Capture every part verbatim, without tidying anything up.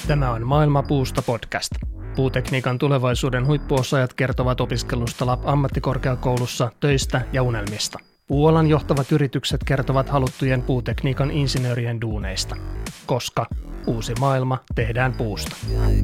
Tämä on Maailma puusta podcast. Puutekniikan tulevaisuuden huippuosaajat kertovat opiskelusta L A P-ammattikorkeakoulussa, töistä ja unelmista. Puualan johtavat yritykset kertovat haluttujen puutekniikan insinöörien duuneista, koska uusi maailma tehdään puusta.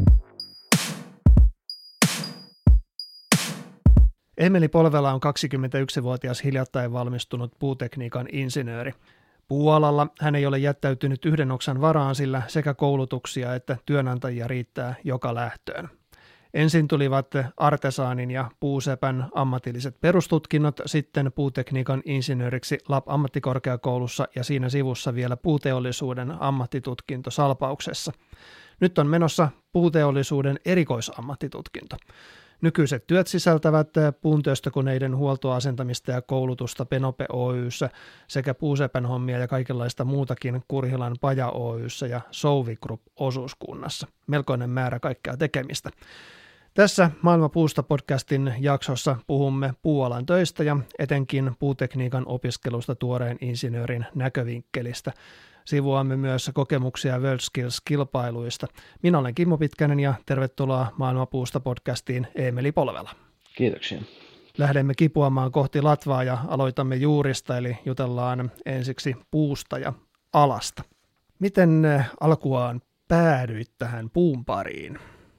Emeli Polvela on kaksikymmentäyksivuotias hiljattain valmistunut puutekniikan insinööri. Puualalla hän ei ole jättäytynyt yhden oksan varaan, sillä sekä koulutuksia että työnantajia riittää joka lähtöön. Ensin tulivat artesaanin ja puusepän ammatilliset perustutkinnot, sitten puutekniikan insinööriksi L A P-ammattikorkeakoulussa ja siinä sivussa vielä puuteollisuuden ammattitutkinto Salpauksessa. Nyt on menossa puuteollisuuden erikoisammattitutkinto. Nykyiset työt sisältävät puuntyöstökoneiden huoltoasentamista ja koulutusta Penope Oy:ssä sekä puusepän hommia ja kaikenlaista muutakin Kurhilan Paja Oy:ssä ja Souvi Group osuuskunnassa. Melkoinen määrä kaikkea tekemistä. Tässä Maailma puusta podcastin jaksossa puhumme puualan töistä ja etenkin puutekniikan opiskelusta tuoreen insinöörin näkövinkkelistä. Sivuamme myös kokemuksia WorldSkills-kilpailuista. Minä olen Kimmo Pitkänen ja tervetuloa Maailma puusta podcastiin Emeli Polvela. Kiitoksia. Lähdemme kipuamaan kohti latvaa ja aloitamme juurista, eli jutellaan ensiksi puusta ja alasta. Miten alkuaan päädyit tähän puun pariin?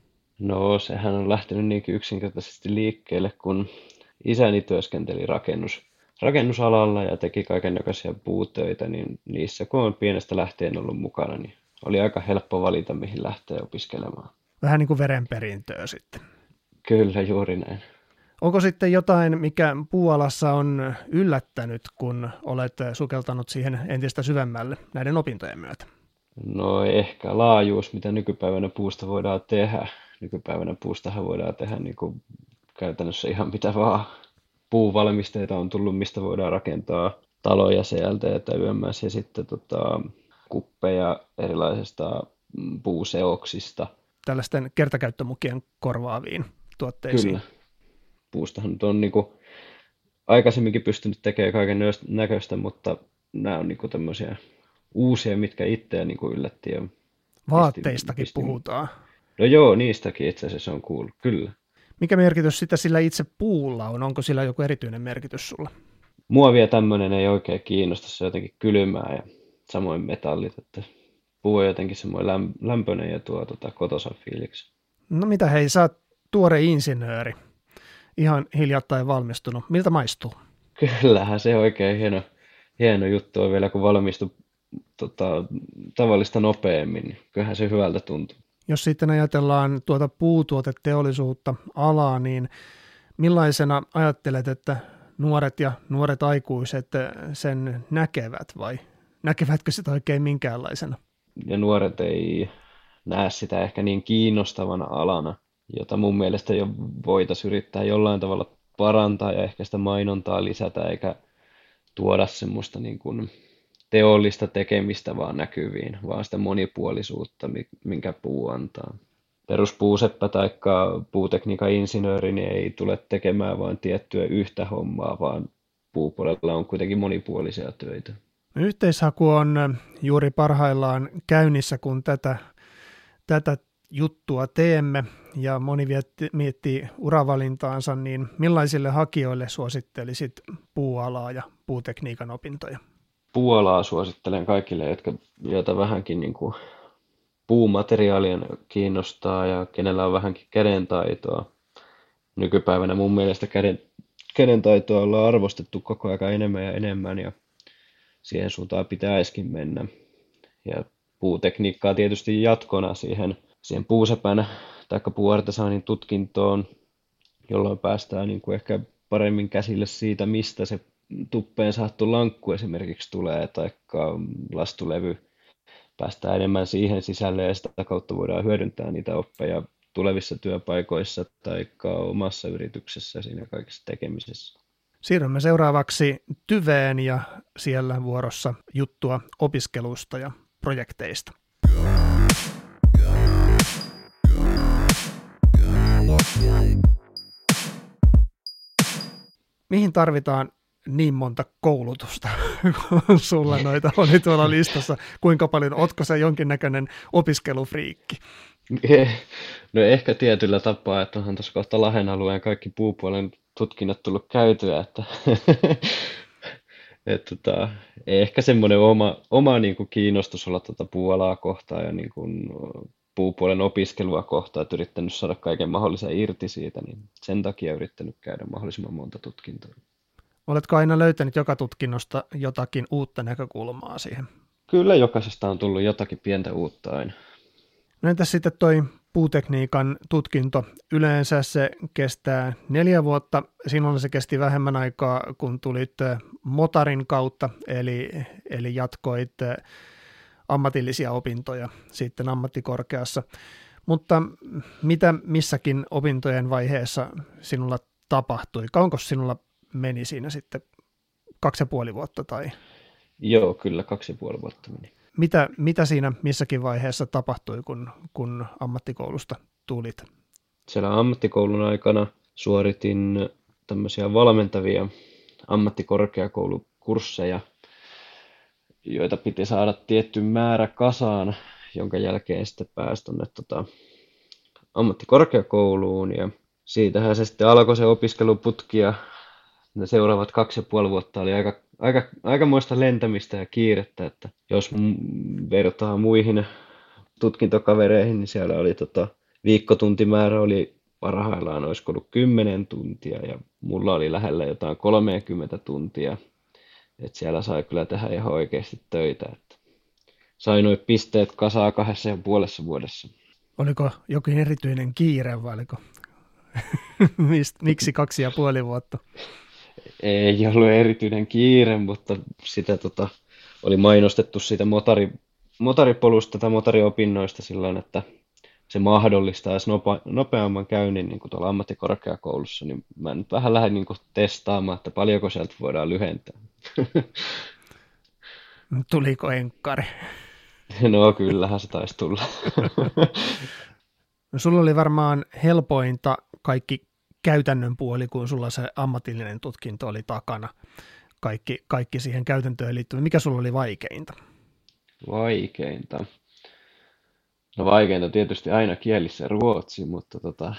No, sehän on lähtenyt niinkin yksinkertaisesti liikkeelle, kun isäni työskenteli rakennus. rakennusalalla ja teki kaikennäköisiä puutöitä, niin niissä kun on pienestä lähtien ollut mukana, niin oli aika helppo valita, mihin lähtee opiskelemaan. Vähän niin kuin verenperintöä sitten. Kyllä, juuri näin. Onko sitten jotain, mikä puualassa on yllättänyt, kun olet sukeltanut siihen entistä syvemmälle näiden opintojen myötä? No ehkä laajuus, mitä nykypäivänä puusta voidaan tehdä. Nykypäivänä puustahan voidaan tehdä niin kuin käytännössä ihan mitä vaan. Puuvalmisteita on tullut, mistä voidaan rakentaa taloja C L T:tä yömmässä ja sitten tota, kuppeja erilaisista puuseoksista. Tällaisten kertakäyttömukien korvaaviin tuotteisiin. Kyllä. Puustahan nyt on niin kuin aikaisemminkin pystynyt tekemään kaiken näköistä, mutta nämä on niin kuin tämmöisiä uusia, mitkä itseä niin kuin yllätti. Ja Vaatteistakin pisti, puhutaan. No joo, niistäkin itse asiassa on kuullut, kyllä. Mikä merkitys sitä sillä itse puulla on? Onko sillä joku erityinen merkitys sulla? Muovia tämmöinen ei oikein kiinnosta, se on jotenkin kylmää ja samoin metallit, että puu on jotenkin semmoinen lämpöinen ja tuo tota, kotosan fiiliksi. No mitä hei, sä oot tuore insinööri, ihan hiljattain valmistunut. Miltä maistuu? Kyllähän se oikein hieno, hieno juttu on vielä, kun valmistui tota, tavallista nopeammin, niin kyllähän se hyvältä tuntuu. Jos sitten ajatellaan tuota puutuoteteollisuutta alaa, niin millaisena ajattelet, että nuoret ja nuoret aikuiset sen näkevät vai näkevätkö sitä oikein minkäänlaisena? Ja nuoret ei näe sitä ehkä niin kiinnostavana alana, jota mun mielestä jo voitaisiin yrittää jollain tavalla parantaa ja ehkä sitä mainontaa lisätä eikä tuoda semmoista niin kuin teollista tekemistä vaan näkyviin, vaan sitä monipuolisuutta, minkä puu antaa. Peruspuuseppä tai puutekniikan insinööri niin ei tule tekemään vain tiettyä yhtä hommaa, vaan puupuolella on kuitenkin monipuolisia töitä. Yhteishaku on juuri parhaillaan käynnissä, kun tätä, tätä juttua teemme ja moni vietti, miettii uravalintaansa, niin millaisille hakijoille suosittelisit puualaa ja puutekniikan opintoja? Puualaa suosittelen kaikille, jotka, joita vähänkin niin kuin puumateriaalien kiinnostaa ja kenellä on vähänkin kädentaitoa. Nykypäivänä mun mielestä käden, kädentaitoa ollaan arvostettu koko ajan enemmän ja enemmän ja siihen suuntaan pitäisikin mennä. Ja puutekniikkaa tietysti jatkona siihen, siihen puusepän tai puuartesaanin tutkintoon, jolloin päästään niin kuin ehkä paremmin käsille siitä, mistä se tuppeen saattu lankku esimerkiksi tulee, tai lastulevy. Päästään enemmän siihen sisälle ja sitä kautta voidaan hyödyntää niitä oppeja tulevissa työpaikoissa tai omassa yrityksessä siinä kaikessa tekemisessä. Siirrymme seuraavaksi Tyveen ja siellä vuorossa juttua opiskelusta ja projekteista. Mihin tarvitaan niin monta koulutusta, kun sulla noita oli tuolla listassa. Kuinka paljon, ootko sä jonkinnäköinen opiskelufriikki? No ehkä tietyllä tapaa, että onhan tuossa kohta Lahden alueen kaikki puupuolen tutkinnot tullut käytyä, että, että tota, ehkä semmoinen oma, oma niin kuin kiinnostus olla tuota puualaa kohtaan ja niin kuin puupuolen opiskelua kohtaan, että yrittänyt saada kaiken mahdollisen irti siitä, niin sen takia yrittänyt käydä mahdollisimman monta tutkintoa. Oletko aina löytänyt joka tutkinnosta jotakin uutta näkökulmaa siihen? Kyllä jokaisesta on tullut jotakin pientä uutta aina. No entäs sitten toi puutekniikan tutkinto? Yleensä se kestää neljä vuotta. Sinulla se kesti vähemmän aikaa, kun tulit motarin kautta, eli, eli jatkoit ammatillisia opintoja sitten ammattikorkeassa. Mutta mitä missäkin opintojen vaiheessa sinulla tapahtui? Kauanko sinulla meni siinä sitten kaksi ja puoli vuotta? Tai? Joo, kyllä kaksi ja puoli vuotta meni. Mitä, mitä siinä missäkin vaiheessa tapahtui, kun, kun ammattikoulusta tulit? Siellä ammattikoulun aikana suoritin tämmöisiä valmentavia ammattikorkeakoulukursseja, joita piti saada tietty määrä kasaan, jonka jälkeen sitten pääsi tuonne tota, ammattikorkeakouluun. Ja siitähän se sitten alkoi se opiskeluputki ja ne seuraavat kaksi ja puoli vuotta oli aika, aika, aikamoista lentämistä ja kiirettä, että jos vertaa muihin tutkintokavereihin, niin siellä oli tota, viikkotuntimäärä oli parhaillaan olisiko ollut kymmenen tuntia ja mulla oli lähellä jotain kolmekymmentä tuntia, että siellä sai kyllä tehdä ihan oikeasti töitä, että sai nuo pisteet kasaa kahdessa ja puolessa vuodessa. Oliko jokin erityinen kiire vai oliko? Miksi kaksi ja puoli vuotta? Ei ollut erityinen kiire, mutta sitä tota, oli mainostettu siitä motari, motaripolusta tai motariopinnoista silloin, että se mahdollistaisi nope, nopeamman käynnin niin kuin tuolla ammattikorkeakoulussa, niin mä nyt vähän lähdin niin kuin testaamaan, että paljonko sieltä voidaan lyhentää. Tuliko enkkari? No kyllähän se taisi tulla. No, sulla oli varmaan helpointa kaikki käytännön puoli, kun sulla se ammatillinen tutkinto oli takana. Kaikki, kaikki siihen käytäntöön liittyvä. Mikä sulla oli vaikeinta? Vaikeinta? No vaikeinta tietysti aina kielissä ruotsi, mutta tota,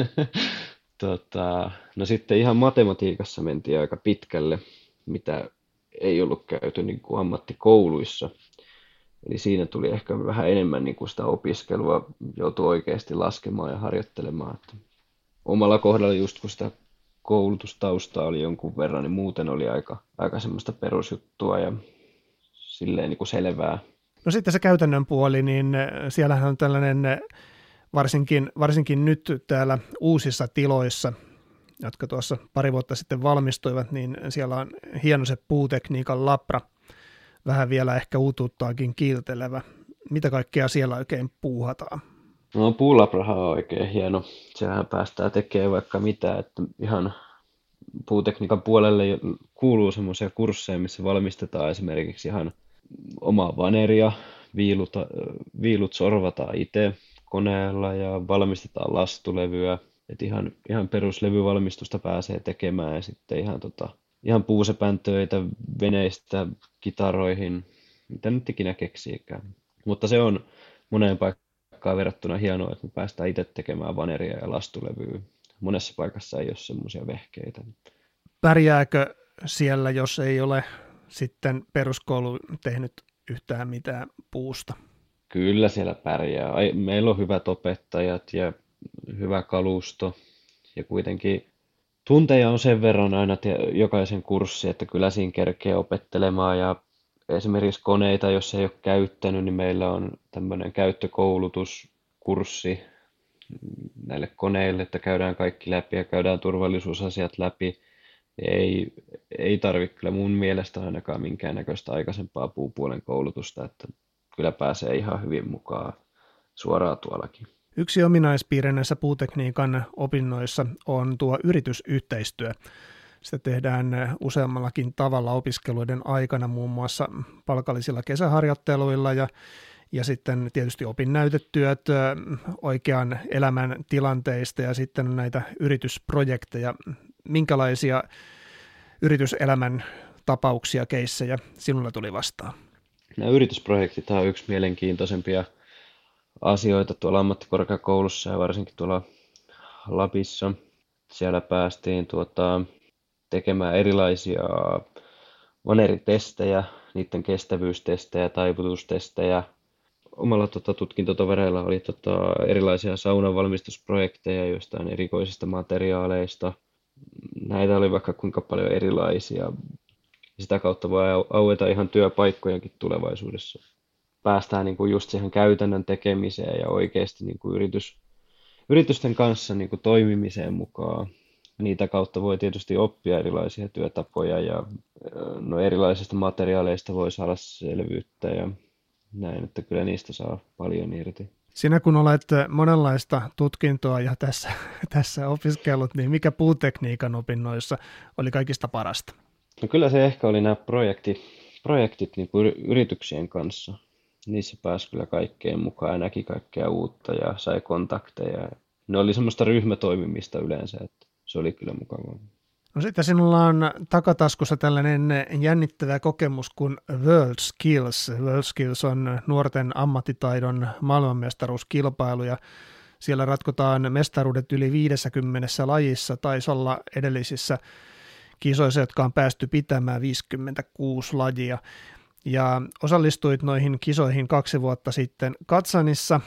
tota, no sitten ihan matematiikassa mentiin aika pitkälle, mitä ei ollut käyty niin kuin ammattikouluissa. Eli siinä tuli ehkä vähän enemmän niin kuin sitä opiskelua, joutui oikeasti laskemaan ja harjoittelemaan. Että omalla kohdalla just kun sitä koulutustaustaa oli jonkun verran, niin muuten oli aika, aika semmoista perusjuttua ja silleen niin kuin selvää. No sitten se käytännön puoli, niin siellähän on tällainen, varsinkin, varsinkin nyt täällä uusissa tiloissa, jotka tuossa pari vuotta sitten valmistuivat, niin siellä on hieno se puutekniikan labra, vähän vielä ehkä uutuuttaakin kiiltelevä. Mitä kaikkea siellä oikein puuhataan? No puulabrahan on oikein hieno. Sehän päästään tekemään vaikka mitä, että ihan puutekniikan puolelle kuuluu semmoisia kursseja, missä valmistetaan esimerkiksi ihan omaa vaneria, viilut, viilut sorvataan itse koneella ja valmistetaan lastulevyä. Et ihan, ihan peruslevyvalmistusta pääsee tekemään ja sitten ihan, tota, ihan puusepän töitä veneistä kitaroihin, mitä nyt ikinä keksiikään. Mutta se on moneen paikkaan verrattuna hienoa, että me päästään itse tekemään vaneria ja lastulevyä. Monessa paikassa ei ole semmoisia vehkeitä. Pärjääkö siellä, jos ei ole sitten peruskoulu tehnyt yhtään mitään puusta? Kyllä siellä pärjää. Meillä on hyvät opettajat ja hyvä kalusto ja kuitenkin tunteja on sen verran aina jokaisen kurssi, että kyllä siinä kerkee opettelemaan ja esimerkiksi koneita, jos ei ole käyttänyt, niin meillä on tämmöinen käyttökoulutuskurssi näille koneille, että käydään kaikki läpi ja käydään turvallisuusasiat läpi. Ei, ei tarvitse kyllä mun mielestä ainakaan minkäännäköistä aikaisempaa puupuolen koulutusta, että kyllä pääsee ihan hyvin mukaan suoraan tuollakin. Yksi ominaispiirre näissä puutekniikan opinnoissa on tuo yritysyhteistyö. Sitä tehdään useammallakin tavalla opiskeluiden aikana, muun muassa palkallisilla kesäharjoitteluilla ja, ja sitten tietysti opinnäytetyöt oikean elämän tilanteista ja sitten näitä yritysprojekteja. Minkälaisia yrityselämän tapauksia, keissejä sinulla tuli vastaan? Nämä yritysprojektit on yksi mielenkiintoisempia asioita tuolla ammattikorkeakoulussa ja varsinkin tuolla Lapissa. Siellä päästiin tuota, tekemään erilaisia vaneritestejä, niiden kestävyystestejä, taiputustestejä. Omalla tota, tutkintotovereilla oli tota, erilaisia saunanvalmistusprojekteja joistain erikoisista materiaaleista. Näitä oli vaikka kuinka paljon erilaisia. Sitä kautta voi aueta ihan työpaikkojakin tulevaisuudessa. Päästään niin kuin just siihen käytännön tekemiseen ja oikeasti niin kuin yritys, yritysten kanssa niin kuin toimimiseen mukaan. Niitä kautta voi tietysti oppia erilaisia työtapoja ja no, erilaisista materiaaleista voi saada selvyyttä ja näin, että kyllä niistä saa paljon irti. Sinä kun olet monenlaista tutkintoa ja tässä, tässä opiskellut, niin mikä puutekniikan opinnoissa oli kaikista parasta? No kyllä se ehkä oli nämä projektit, projektit niin kuin yrityksien kanssa. Niissä pääsi kyllä kaikkeen mukaan ja näki kaikkea uutta ja sai kontakteja. Ne oli semmoista ryhmätoimimista yleensä, että se oli kyllä mukavaa. No sitten sinulla on takataskussa tällainen jännittävä kokemus kuin World Skills. World Skills on nuorten ammattitaidon maailmanmestaruuskilpailu ja siellä ratkotaan mestaruudet yli viidessäkymmenessä lajissa. Taisi olla edellisissä kisoissa, jotka on päästy pitämään viisikymmentäkuusi lajia. Ja osallistuit noihin kisoihin kaksi vuotta sitten Kazanissa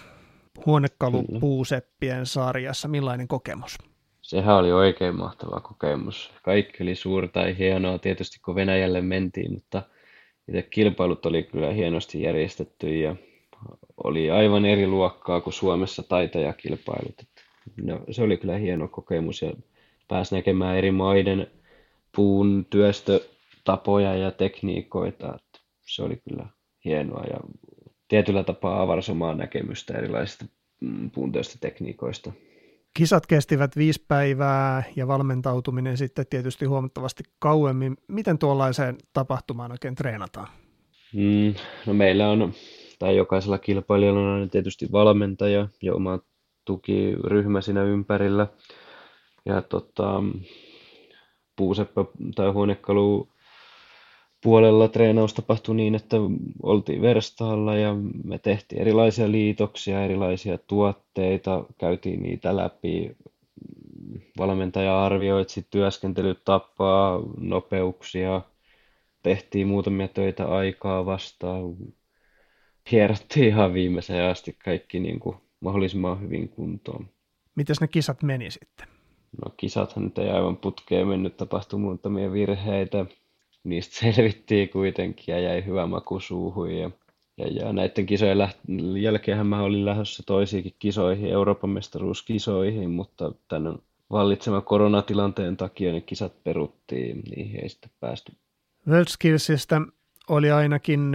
huonekalupuuseppien sarjassa. Millainen kokemus? Sehän oli oikein mahtava kokemus. Kaikki oli suurta ja hienoa tietysti kun Venäjälle mentiin, mutta itse kilpailut oli kyllä hienosti järjestetty ja oli aivan eri luokkaa kuin Suomessa taitajakilpailut. No, se oli kyllä hieno kokemus ja pääsi näkemään eri maiden puun työstötapoja ja tekniikoita. Se oli kyllä hienoa ja tietyllä tapaa avarsi omaa näkemystä erilaisista puuntyöstötekniikoista. Kisat kestivät viisi päivää ja valmentautuminen sitten tietysti huomattavasti kauemmin. Miten tuollaiseen tapahtumaan oikein treenataan? Mm, no meillä on, tai jokaisella kilpailijalla on tietysti valmentaja ja oma tukiryhmä siinä ympärillä. Ja tota, puuseppä tai huonekalu puolella treenaus tapahtui niin, että oltiin verstaalla ja me tehtiin erilaisia liitoksia, erilaisia tuotteita, käytiin niitä läpi. Valmentaja arvioitsi työskentelytapaa, nopeuksia, tehtiin muutamia töitä aikaa vastaan. Hierottiin ihan viimeiseen asti kaikki niin kuin mahdollisimman hyvin kuntoon. Mites ne kisat meni sitten? No kisathan nyt ei aivan putkeen mennyt, tapahtui muutamia virheitä. Niistä selvittiin kuitenkin ja jäi hyvä maku suuhun. Ja, ja, ja näiden kisojen läht- jälkeen mä olin lähdössä toisiinkin kisoihin, Euroopan mestaruuskisoihin, mutta tämän vallitsevan koronatilanteen takia ne kisat peruttiin, niihin ei sitten päästy. World Skillsistä oli ainakin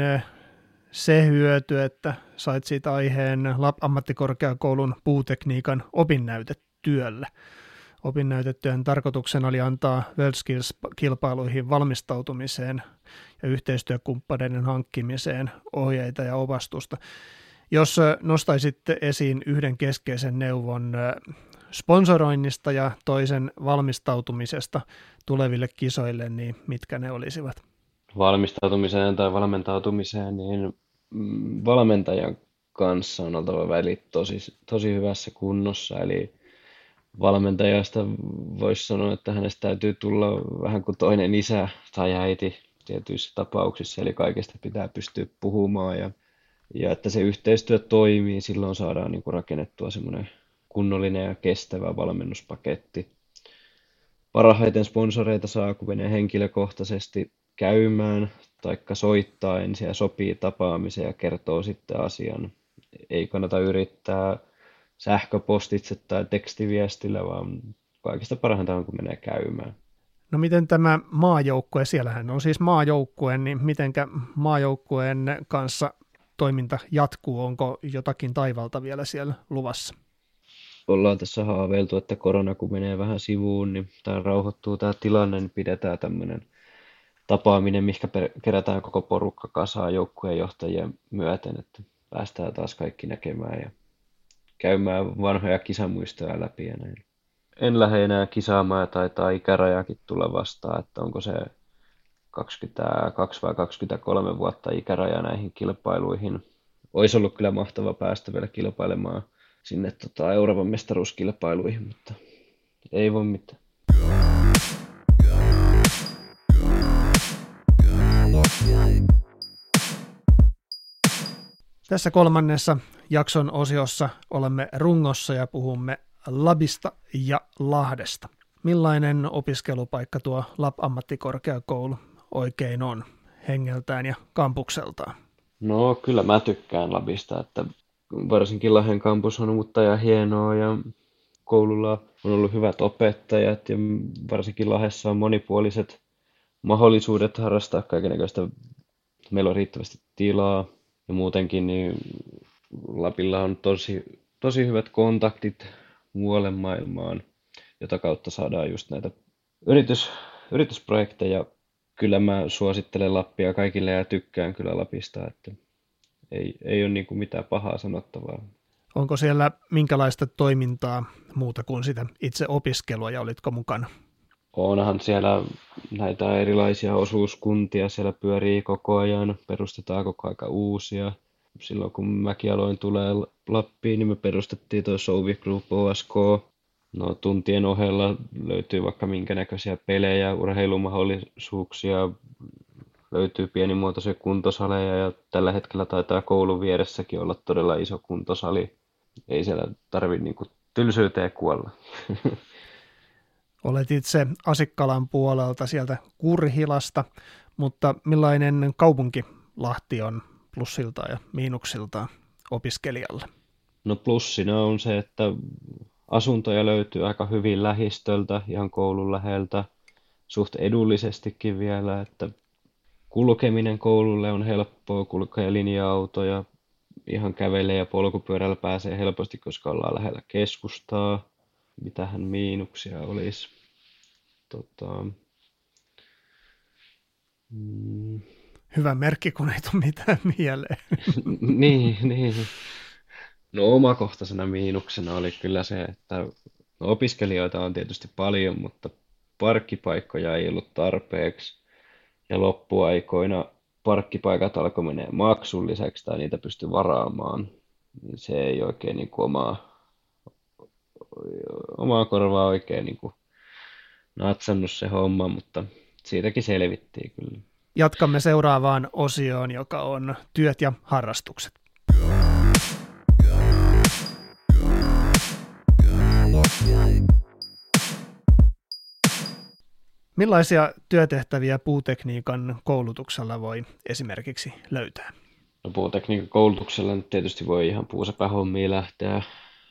se hyöty, että sait siitä aiheen ammattikorkeakoulun puutekniikan opinnäytetyölle. Opinnäytetyön tarkoituksena oli antaa World Skills-kilpailuihin valmistautumiseen ja yhteistyökumppaneiden hankkimiseen ohjeita ja opastusta. Jos nostaisitte esiin yhden keskeisen neuvon sponsoroinnista ja toisen valmistautumisesta tuleville kisoille, niin mitkä ne olisivat? Valmistautumiseen tai valmentautumiseen, niin valmentajan kanssa on oltava välit tosi, tosi hyvässä kunnossa, eli valmentajasta voisi sanoa, että hänestä täytyy tulla vähän kuin toinen isä tai äiti tietyissä tapauksissa, eli kaikesta pitää pystyä puhumaan ja, ja että se yhteistyö toimii, silloin saadaan niin kuin rakennettua semmoinen kunnollinen ja kestävä valmennuspaketti. Parhaiten sponsoreita saa, kun menee henkilökohtaisesti käymään, taikka soittaa ensin ja sopii tapaamisen ja kertoo sitten asian. Ei kannata yrittää sähköpostitse tai tekstiviestillä, vaan kaikista parhainta on, kun menee käymään. No miten tämä maajoukkue, siellähän on siis maajoukkue, niin mitenkä maajoukkueen kanssa toiminta jatkuu? Onko jotakin taivalta vielä siellä luvassa? Ollaan tässä haaveiltu, että korona kun menee vähän sivuun, niin tämä rauhoittuu tämä tilanne, niin pidetään tämmöinen tapaaminen, mihinkä kerätään koko porukka kasaan joukkueen johtajien myöten, että päästään taas kaikki näkemään ja käymään vanhoja kisamuistoja läpi ja näin. En lähde enää kisaamaan ja taitaa ikärajakin tulla vastaan, että onko se kaksikymmentäkaksi vai kaksikymmentäkolme vuotta ikäraja näihin kilpailuihin. olisi ollut kyllä mahtava päästä vielä kilpailemaan sinne tota, Euroopan mestaruuskilpailuihin, mutta ei voi mitään. Tässä kolmannessa jakson osiossa olemme rungossa ja puhumme Labista ja Lahdesta. Millainen opiskelupaikka tuo Lab-ammattikorkeakoulu oikein on hengeltään ja kampukseltaan? No kyllä mä tykkään Labista, että varsinkin Lahden kampus on uutta ja hienoa ja koululla on ollut hyvät opettajat ja varsinkin Lahdessa on monipuoliset mahdollisuudet harrastaa kaikennäköistä. Meillä on riittävästi tilaa ja muutenkin niin Lapilla on tosi, tosi hyvät kontaktit muualle maailmaan, jota kautta saadaan just näitä yritys, yritysprojekteja. Kyllä mä suosittelen Lappia kaikille ja tykkään kyllä Lapista, että ei, ei ole niin kuin mitään pahaa sanottavaa. Onko siellä minkälaista toimintaa muuta kuin sitä itse opiskelua ja olitko mukana? Onhan siellä näitä erilaisia osuuskuntia, siellä pyörii koko ajan, perustetaan koko aika uusia. Silloin kun mäkin aloin tulee Lappiin, niin me perustettiin tuo Souvi Group O S K. No tuntien ohella löytyy vaikka minkä näköisiä pelejä, urheilumahdollisuuksia, löytyy pienimuotoisia kuntosaleja ja tällä hetkellä taitaa koulun vieressäkin olla todella iso kuntosali. Ei siellä tarvitse niinku tylsyyteen kuolla. Olet itse Asikkalan puolelta sieltä Kurhilasta, mutta millainen kaupunki Lahti on plussiltaan ja miinuksiltaan opiskelijalle? No plussina on se, että asuntoja löytyy aika hyvin lähistöltä, ihan koulun läheltä, suht edullisestikin vielä, että kulkeminen koululle on helppoa, kulkee linja-autoja, ihan kävelee ja polkupyörällä pääsee helposti, koska ollaan lähellä keskustaa. Mitähän miinuksia olisi? Tota, mm. Hyvä merkki, kun ei tule mitään mieleen. niin, niin. No omakohtaisena miinuksena oli kyllä se, että no, opiskelijoita on tietysti paljon, mutta parkkipaikkoja ei ollut tarpeeksi. Ja loppuaikoina parkkipaikat alkoi menee maksulliseksi tai niitä pystyi varaamaan. Se ei oikein niin kuin omaa, omaa korvaa oikein niin kuin natsannut se homma, mutta siitäkin selvittiin kyllä. Jatkamme seuraavaan osioon, joka on työt ja harrastukset. Millaisia työtehtäviä puutekniikan koulutuksella voi esimerkiksi löytää? No, puutekniikan koulutuksella nyt tietysti voi ihan puusepähommia lähteä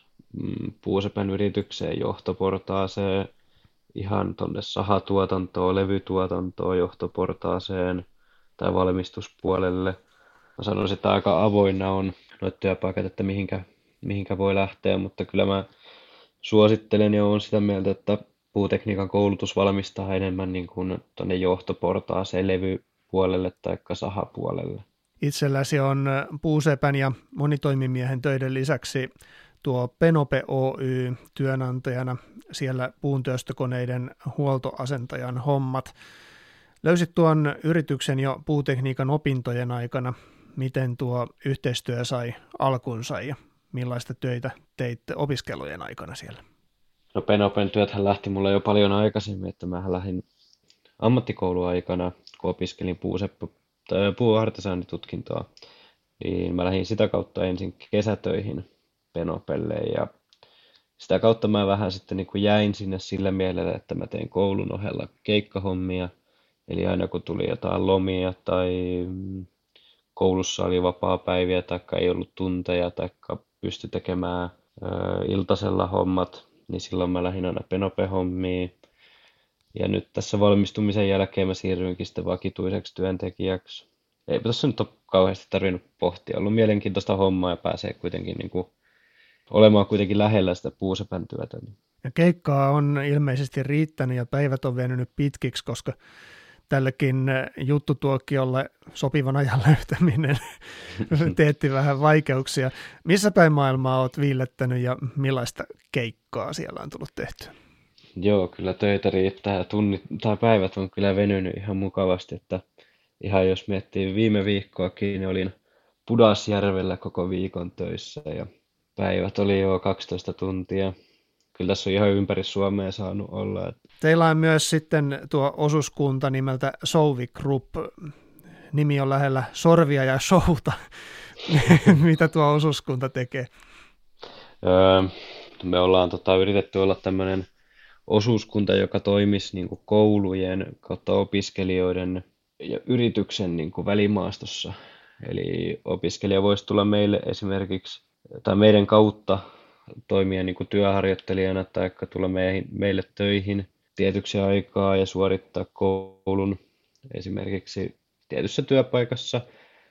puusepän yritykseen, johtoportaaseen, ihan tuonne sahatuotantoon, levytuotantoon, johtoportaaseen tai valmistuspuolelle. Mä sanoisin, että aika avoinna on noita työpaikat, että mihinkä, mihinkä voi lähteä, mutta kyllä mä suosittelen ja olen sitä mieltä, että puutekniikan koulutus valmistaa enemmän niin kuin tuonne johtoportaaseen, levypuolelle tai sahapuolelle. Itselläsi on puusepän ja monitoimimiehen töiden lisäksi tuo Penope Oy työnantajana, siellä puuntyöstökoneiden huoltoasentajan hommat. Löysit tuon yrityksen jo puutekniikan opintojen aikana. Miten tuo yhteistyö sai alkunsa ja millaista töitä teitte opiskelujen aikana siellä? No Penopen työthän lähti mulle jo paljon aikaisemmin, että mä lähdin ammattikouluaikana, kun opiskelin puuseppä, puuartesaanitutkintoa, niin mä lähdin sitä kautta ensin kesätöihin Penopelle ja sitä kautta mä vähän sitten niin kuin jäin sinne sillä mielellä, että mä tein koulun ohella keikkahommia, eli aina kun tuli jotain lomia tai koulussa oli vapaapäiviä tai ei ollut tunteja tai pystyi tekemään ö, iltasella hommat, niin silloin mä lähdin aina Penope-hommiin. Ja nyt tässä valmistumisen jälkeen mä siirryinkin sitten vakituiseksi työntekijäksi. Eipä tässä nyt ole kauheasti tarvinnut pohtia. Ollut mielenkiintoista hommaa ja pääsee kuitenkin niin kuin olemaan kuitenkin lähellä sitä puusepän työtä. Ja keikkaa on ilmeisesti riittänyt ja päivät on venynyt pitkiksi, koska tällekin juttutuokiolle sopivan ajan löytäminen teetti vähän vaikeuksia. Missä päin maailmaa olet viillettänyt ja millaista keikkaa siellä on tullut tehtyä? Joo, kyllä töitä riittää ja tunnit tai päivät on kyllä venynyt ihan mukavasti, että ihan jos miettii viime viikkoakin, niin olin Pudasjärvellä koko viikon töissä ja päivät oli jo kaksitoista tuntia. Kyllä tässä on ihan ympäri Suomea saanut olla. Teillä on myös sitten tuo osuuskunta nimeltä Souvi Group. Nimi on lähellä sorvia ja showta. Mitä tuo osuuskunta tekee? Öö, me ollaan tota, yritetty olla tämmöinen osuuskunta, joka toimisi niin kuin koulujen kautta opiskelijoiden ja yrityksen niin kuin välimaastossa. Eli opiskelija voisi tulla meille esimerkiksi, tai meidän kautta toimia niin kuin työharjoittelijana tai tulla meihin, meille töihin tietyksi aikaa ja suorittaa koulun esimerkiksi tietyssä työpaikassa.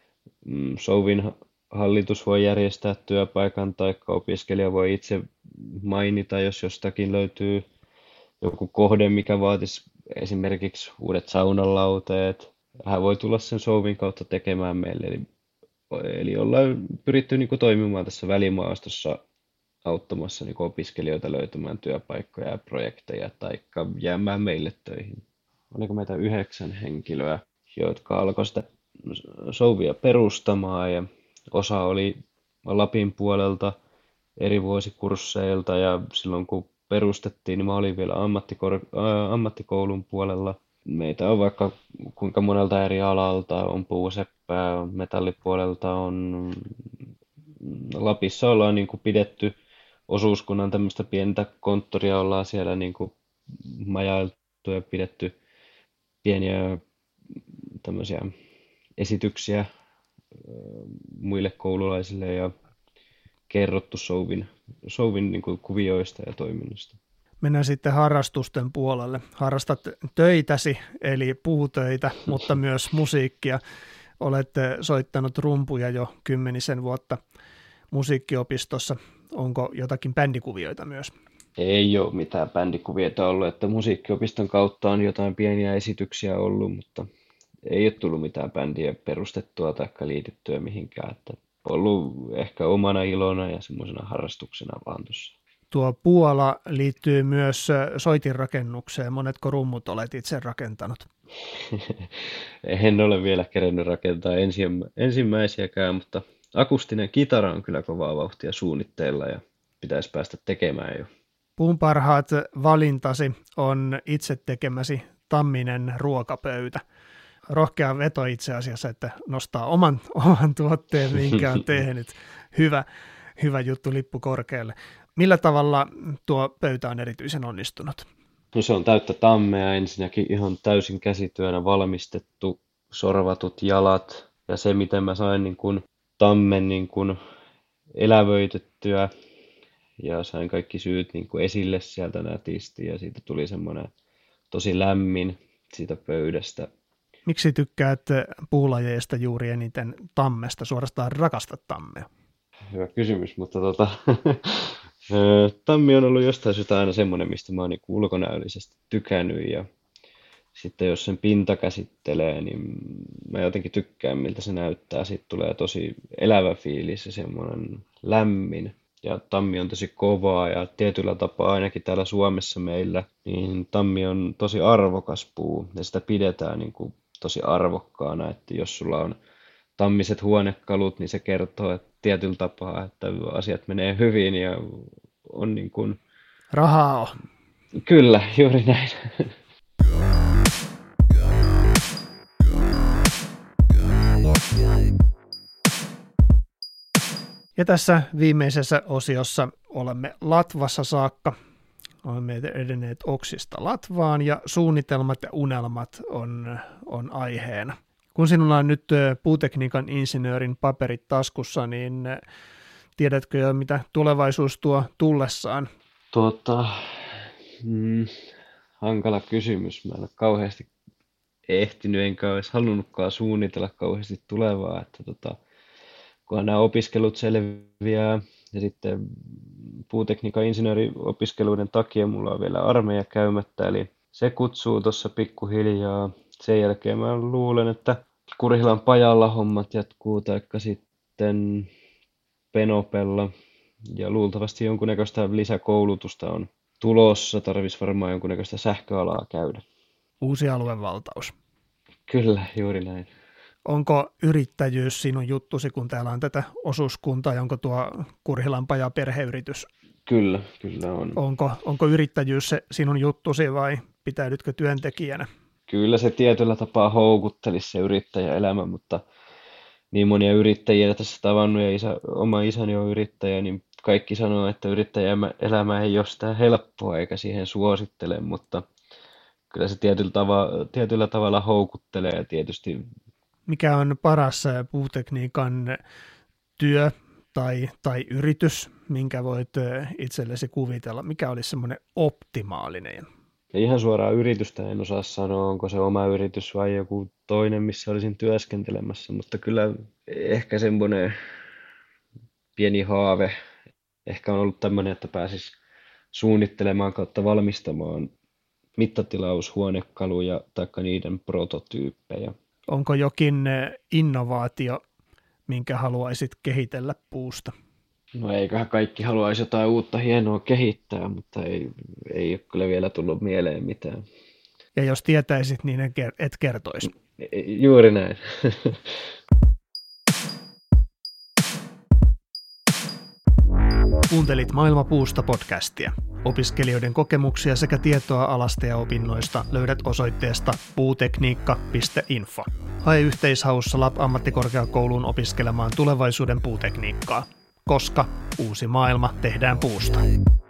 Souvin hallitus voi järjestää työpaikan tai opiskelija voi itse mainita, jos jostakin löytyy joku kohde, mikä vaatisi esimerkiksi uudet saunalauteet. Hän voi tulla sen Souvin kautta tekemään meille. Eli, eli ollaan pyritty niin kuin toimimaan tässä välimaastossa auttamassa niin kuin opiskelijoita löytämään työpaikkoja ja projekteja tai jäämään meille töihin. Oliko meitä yhdeksän henkilöä, jotka alkoi sitä Souvia perustamaan ja osa oli Lapin puolelta eri vuosikursseilta ja silloin kun perustettiin, niin mä olin vielä ammattikor- äh, ammattikoulun puolella. Meitä on vaikka kuinka monelta eri alalta, on puuseppää, metallipuolelta on, Lapissa ollaan niin kuin pidetty osuuskunnan tämmöistä pientä konttoria, ollaan siellä niin kuin majailtu ja pidetty pieniä tämmöisiä esityksiä muille koululaisille ja kerrottu Souvin, Souvin niin kuin kuvioista ja toiminnasta. Mennään sitten harrastusten puolelle. Harrastat töitäsi, eli puutöitä, mutta myös musiikkia. Olette soittanut rumpuja jo kymmenisen vuotta musiikkiopistossa. Onko jotakin bändikuvioita myös? Ei ole mitään bändikuvioita ollut, että musiikkiopiston kautta on jotain pieniä esityksiä ollut, mutta ei ole tullut mitään bändiä perustettua tai liityttyä mihinkään. Että ollut ehkä omana ilona ja semmoisena harrastuksena vaan tuossa. Tuo Puola liittyy myös soitinrakennukseen. Monetko rummut olet itse rakentanut? En ole vielä kerennyt rakentaa ensimmäisiäkään, mutta akustinen kitara on kyllä kovaa vauhtia suunnitteilla ja pitäisi päästä tekemään jo. Puun parhaat valintasi on itse tekemäsi Tamminen ruokapöytä. Rohkea veto itse asiassa, että nostaa oman, oman tuotteen, minkä on tehnyt. Hyvä, hyvä juttu, lippu korkealle. Millä tavalla tuo pöytä on erityisen onnistunut? No se on täyttä tammea ensinnäkin ihan täysin käsityönä valmistettu, sorvatut jalat ja se miten mä sain niin kuin tammen niin kuin elävöitettyä ja sain kaikki syyt niin kuin esille sieltä nätisti ja siitä tuli semmoinen tosi lämmin siitä pöydästä. Miksi tykkäät puulajeista juuri eniten tammesta, suorastaan rakastat tammea? Hyvä kysymys, mutta tota, tammi on ollut jostain syystä aina semmoinen, mistä mä oon niin ulkonäöllisesti tykännyt ja sitten jos sen pinta käsittelee, niin mä jotenkin tykkään miltä se näyttää. Siitä tulee tosi elävä fiilis ja semmoinen lämmin. Ja tammi on tosi kovaa ja tietyllä tapaa ainakin täällä Suomessa meillä, niin tammi on tosi arvokas puu ja sitä pidetään niin kuin tosi arvokkaana, että jos sulla on tammiset huonekalut, niin se kertoo että tietyllä tapaa, että asiat menee hyvin ja on niin kuin... Rahaa on. Kyllä, juuri näin. Ja tässä viimeisessä osiossa olemme Latvassa saakka. Olemme edenneet Oksista Latvaan ja suunnitelmat ja unelmat on, on aiheena. Kun sinulla on nyt puutekniikan insinöörin paperit taskussa, niin tiedätkö jo, mitä tulevaisuus tuo tullessaan? Tuota, mm, hankala kysymys. Mä en ole kauheasti ehtinyt, enkä olisi halunnutkaan suunnitella kauheasti tulevaa. Että tota, kunhan nämä opiskelut selviää ja sitten puutekniikan insinööriopiskeluiden takia mulla on vielä armeija käymättä, eli se kutsuu tuossa pikkuhiljaa. Sen jälkeen mä luulen, että Kurihilan pajalla hommat jatkuu, taikka sitten Penopella. Ja luultavasti jonkunnäköistä lisäkoulutusta on tulossa. Tarvitsisi varmaan jonkunnäköistä sähköalaa käydä. Uusi aluevaltaus. Kyllä, juuri näin. Onko yrittäjyys sinun juttusi, kun täällä on tätä osuuskuntaa, onko tuo Kurhilanpaja perheyritys? Kyllä, kyllä on. Onko, onko yrittäjyys se sinun juttusi vai pitäydytkö työntekijänä? Kyllä se tietyllä tapaa houkuttelisi se yrittäjäelämä, mutta niin monia yrittäjiä tässä tavannut ja isä, oma isäni on yrittäjä, niin kaikki sanoo, että yrittäjäelämä ei ole sitä helppoa eikä siihen suosittele, mutta kyllä se tietyllä, tava, tietyllä tavalla houkuttelee tietysti. Mikä on paras puutekniikan työ tai, tai yritys, minkä voit itsellesi kuvitella? Mikä olisi semmoinen optimaalinen? Ja ihan suoraan yritystä en osaa sanoa, onko se oma yritys vai joku toinen, missä olisin työskentelemässä, mutta kyllä ehkä semmoinen pieni haave ehkä on ollut tämmöinen, että pääsis suunnittelemaan kautta valmistamaan mittatilaushuonekaluja tai niiden prototyyppejä. Onko jokin innovaatio, minkä haluaisit kehitellä puusta? No eiköhän kaikki haluaisi jotain uutta hienoa kehittää, mutta ei, ei ole kyllä vielä tullut mieleen mitään. Ja jos tietäisit, niin et kertoisi. Juuri näin. Kuuntelit Maailma puusta podcastia. Opiskelijoiden kokemuksia sekä tietoa alasta ja opinnoista löydät osoitteesta puutekniikka piste info. Hae yhteishaussa L A B-ammattikorkeakouluun opiskelemaan tulevaisuuden puutekniikkaa, koska uusi maailma tehdään puusta.